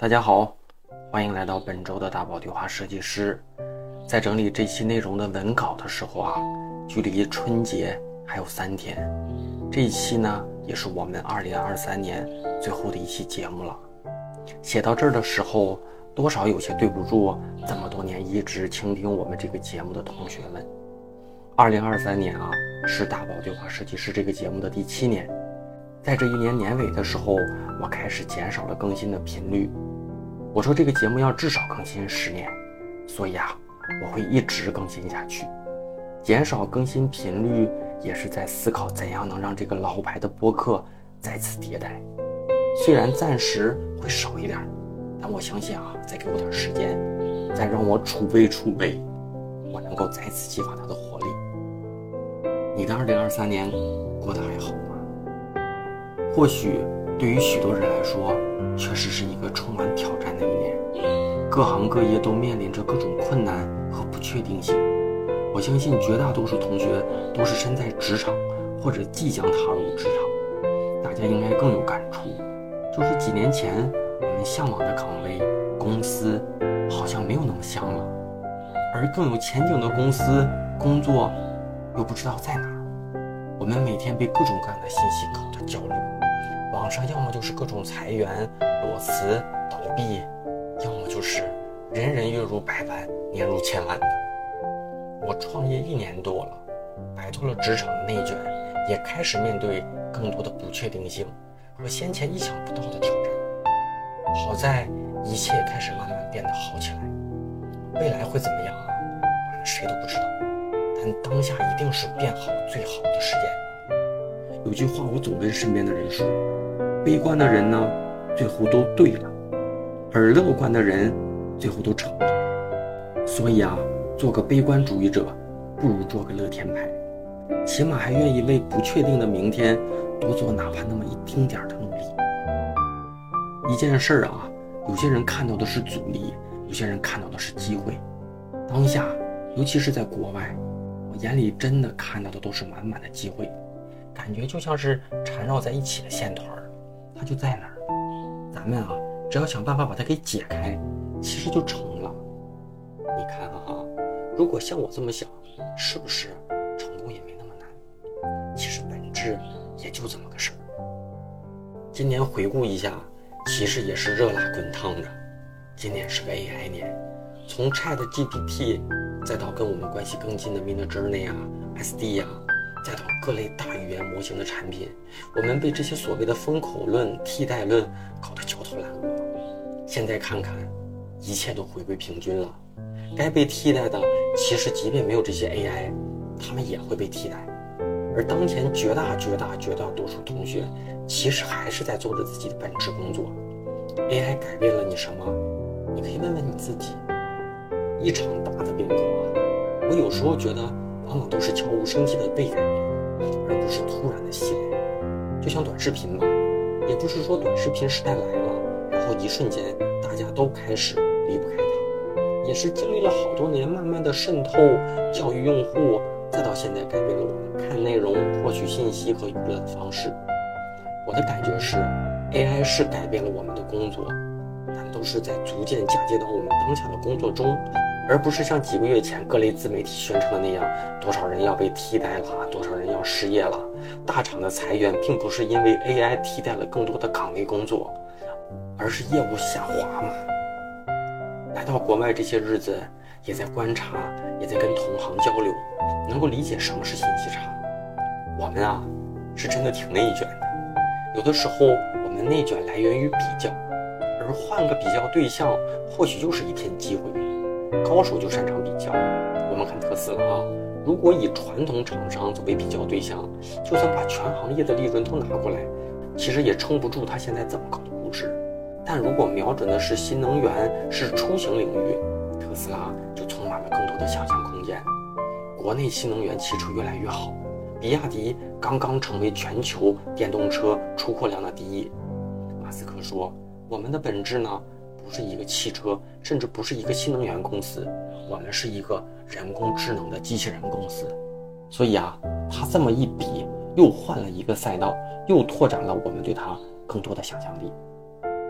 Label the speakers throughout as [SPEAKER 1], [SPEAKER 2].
[SPEAKER 1] 大家好，欢迎来到本周的大宝对话设计师。在整理这期内容的文稿的时候距离春节还有3天。这一期呢，也是我们2023年最后的一期节目了。写到这儿的时候，多少有些对不住这么多年一直倾听我们这个节目的同学们。2023年是大宝对话设计师这个节目的第7年。在这一年年尾的时候，我开始减少了更新的频率。我说这个节目要至少更新10年，所以我会一直更新下去。减少更新频率也是在思考怎样能让这个老牌的播客再次迭代。虽然暂时会少一点，但我相信再给我点时间，再让我储备，我能够再次激发它的活力。你的2023年过得还好吗？或许对于许多人来说，确实是一个充满挑战的一年，各行各业都面临着各种困难和不确定性。我相信绝大多数同学都是身在职场或者即将踏入职场，大家应该更有感触，就是几年前我们向往的岗位公司好像没有那么香了，而更有前景的公司工作又不知道在哪儿。我们每天被各种各样的信息搞得焦虑，网上要么就是各种裁员、裸辞、倒闭，要么就是人人月入百万、年入千万的。我创业1年多了，摆脱了职场的内卷，也开始面对更多的不确定性和先前意想不到的挑战。好在一切也开始慢慢变得好起来。未来会怎么样我们谁都不知道，但当下一定是变好最好的时间。有句话我总跟身边的人说，悲观的人呢，最后都对了，而乐观的人最后都成了。所以做个悲观主义者不如做个乐天派，起码还愿意为不确定的明天多做哪怕那么一丁点的努力。一件事有些人看到的是阻力，有些人看到的是机会。当下尤其是在国外，我眼里真的看到的都是满满的机会，感觉就像是缠绕在一起的线团，它就在那儿，咱们只要想办法把它给解开，其实就成了。你看如果像我这么想，是不是成功也没那么难？其实本质也就这么个事儿。今年回顾一下，其实也是热辣滚烫的。今年是个 AI 年，从 ChatGPT 再到跟我们关系更近的 Midjourney、SD 再到各类大语言模型的产品，我们被这些所谓的风口论、替代论搞得焦头烂额。现在看看，一切都回归平均了。该被替代的，其实即便没有这些 AI， 他们也会被替代。而当前绝大多数同学，其实还是在做着自己的本职工作。AI 改变了你什么？你可以问问你自己。一场大的变革我有时候觉得往往都是悄无声息的被改变，而不是突然的袭来。就像短视频也不是说短视频时代来了，然后一瞬间大家都开始离不开它，也是经历了好多年慢慢的渗透、教育用户，再到现在改变了我们看内容、获取信息和娱乐的方式。我的感觉是 AI 是改变了我们的工作，但都是在逐渐嫁接到我们当下的工作中，而不是像几个月前各类自媒体宣称的那样，多少人要被替代了，多少人要失业了。大厂的裁员并不是因为 AI 替代了更多的岗位工作，而是业务下滑嘛。来到国外这些日子，也在观察，也在跟同行交流，能够理解什么是信息差。我们是真的挺内卷的，有的时候我们内卷来源于比较，而换个比较对象，或许又是一片机会。高手就擅长比较，我们看特斯拉如果以传统厂商作为比较对象，就算把全行业的利润都拿过来，其实也撑不住它现在这么高的估值。但如果瞄准的是新能源，是出行领域，特斯拉就充满了更多的想象空间。国内新能源汽车越来越好，比亚迪刚刚成为全球电动车出货量的第一。马斯克说，我们的本质呢，不是一个汽车，甚至不是一个新能源公司，我们是一个人工智能的机器人公司。所以他这么一比，又换了一个赛道，又拓展了我们对他更多的想象力。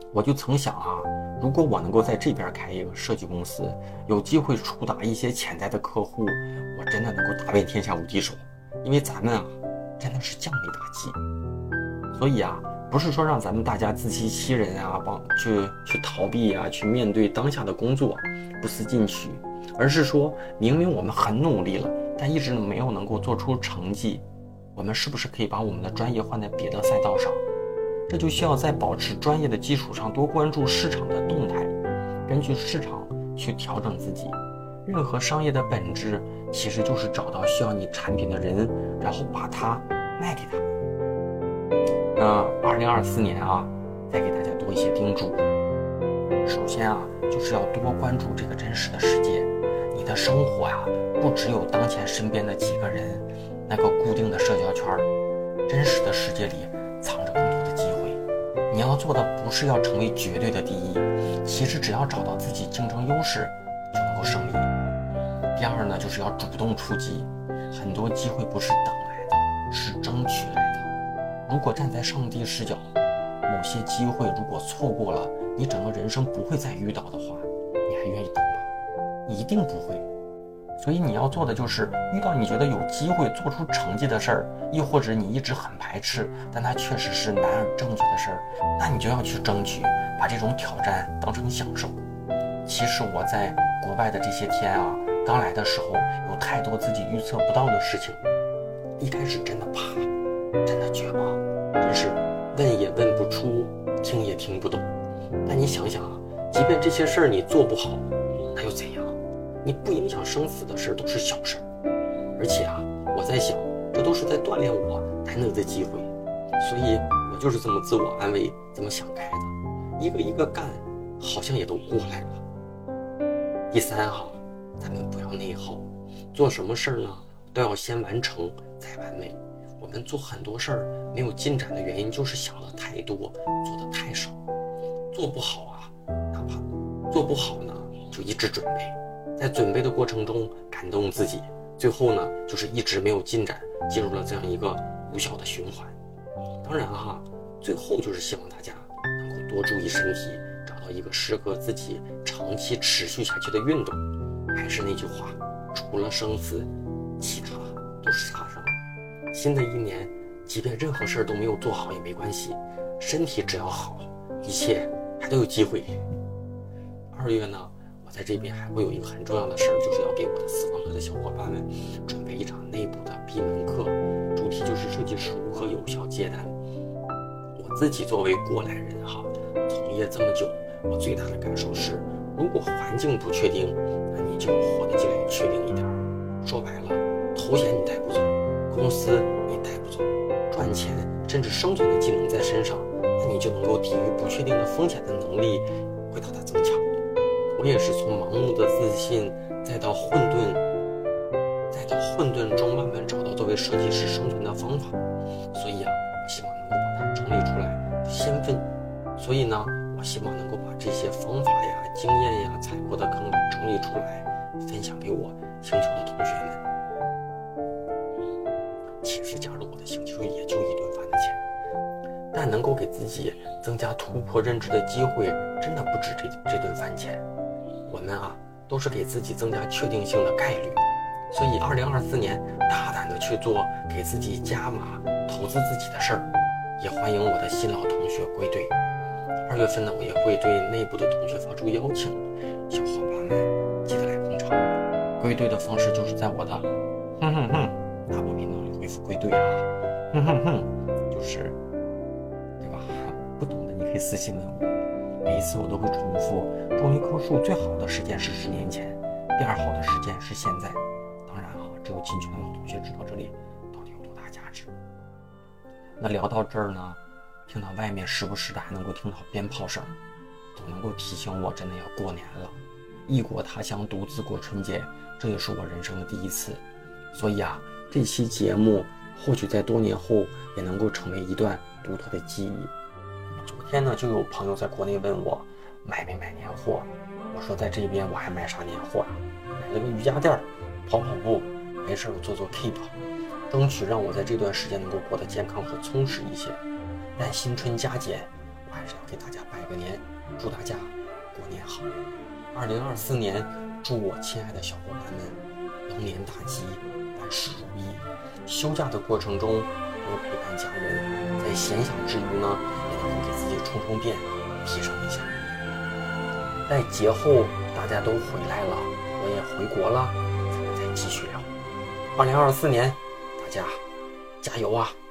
[SPEAKER 1] 我就曾想啊，如果我能够在这边开一个设计公司，有机会触达一些潜在的客户，我真的能够打遍天下无敌手。因为咱们啊，真的是降维打击。所以啊，不是说让咱们大家自欺欺人啊，去逃避啊，去面对当下的工作，不思进取，而是说明明我们很努力了，但一直没有能够做出成绩，我们是不是可以把我们的专业换在别的赛道上？这就需要在保持专业的基础上，多关注市场的动态，根据市场去调整自己。任何商业的本质其实就是找到需要你产品的人，然后把它卖给他。那2024年啊，再给大家多一些叮嘱。首先啊，就是要多关注这个真实的世界。你的生活呀，不只有当前身边的几个人，那个固定的社交圈，真实的世界里藏着更多的机会。你要做的不是要成为绝对的第一，其实只要找到自己竞争优势，就能够胜利。第二呢，就是要主动出击。很多机会不是等来的，是争取来的。如果站在上帝视角，某些机会如果错过了，你整个人生不会再遇到的话，你还愿意等吗？一定不会。所以你要做的就是遇到你觉得有机会做出成绩的事儿，亦或者你一直很排斥，但它确实是难而正确的事儿，那你就要去争取，把这种挑战当成享受。其实我在国外的这些天啊，刚来的时候有太多自己预测不到的事情，一开始真的怕，真的绝望，真是问也问不出，听也听不懂。但你想想啊，即便这些事儿你做不好，那又怎样？你不影响生死的事都是小事。而且啊，我在想，这都是在锻炼我难得的机会，所以我就是这么自我安慰，这么想开的，一个一个干，好像也都过来了。第三啊，咱们不要内耗，做什么事儿呢，都要先完成再完美。我们做很多事儿没有进展的原因，就是想的太多，做的太少。做不好啊，哪怕做不好呢，就一直准备，在准备的过程中感动自己，最后呢，就是一直没有进展，进入了这样一个无效的循环。当然哈，最后就是希望大家能够多注意身体，找到一个适合自己长期持续下去的运动。还是那句话，除了生死，其他都是擦伤。新的一年，即便任何事儿都没有做好也没关系，身体只要好，一切还都有机会。2月呢，我在这边还会有一个很重要的事儿，就是要给我的私房课的小伙伴们准备一场内部的闭门课，主题就是设计师如何有效接单。我自己作为过来人哈，从业这么久，我最大的感受是，如果环境不确定，那你就活得起来确定一点。说白了，头衔你带不走，公司你带不走，赚钱甚至生存的技能在身上，那你就能够抵御不确定的风险的能力会大大增强。我也是从盲目的自信，再到混沌中慢慢找到作为设计师生存的方法。所以啊，我希望能够把它整理出来，先分。所以呢，我希望能够把这些方法呀、经验呀、踩过的坑整理出来，分享给我星球的同学们。其实加入我的星球也就一顿饭的钱，但能够给自己增加突破认知的机会，真的不止这顿饭钱。我们啊，都是给自己增加确定性的概率。所以2024年大胆的去做给自己加码投资自己的事儿，也欢迎我的新老同学归队。2月份呢，我也会对内部的同学发出邀请，小伙伴们记得来捧场。归队的方式就是在我的大波频道里回复归队啊，就是对吧？不懂的你可以私信问我。每一次我都会重复，种一棵树最好的时间是10年前，第二好的时间是现在。当然啊，只有进群的老同学知道这里到底有多大价值。那聊到这儿呢，听到外面时不时的还能够听到鞭炮声，都能够提醒我真的要过年了。异国他乡独自过春节，这也是我人生的第一次。所以啊，这期节目或许在多年后也能够成为一段独特的记忆。昨天呢，就有朋友在国内问我买没买年货，我说在这边我还买啥年货啊？买了个瑜伽垫，跑步，没事我做 keep， 争取让我在这段时间能够过得健康和充实一些。但新春佳节，我还是要给大家拜个年，祝大家过年好。2024年，祝我亲爱的小伙伴们龙年大吉，万事如意。休假的过程中多陪伴家人，在闲暇之余呢，也能够给自己充充电，提升一下。在节后大家都回来了，我也回国了，咱们再继续聊。2024年，大家加油啊！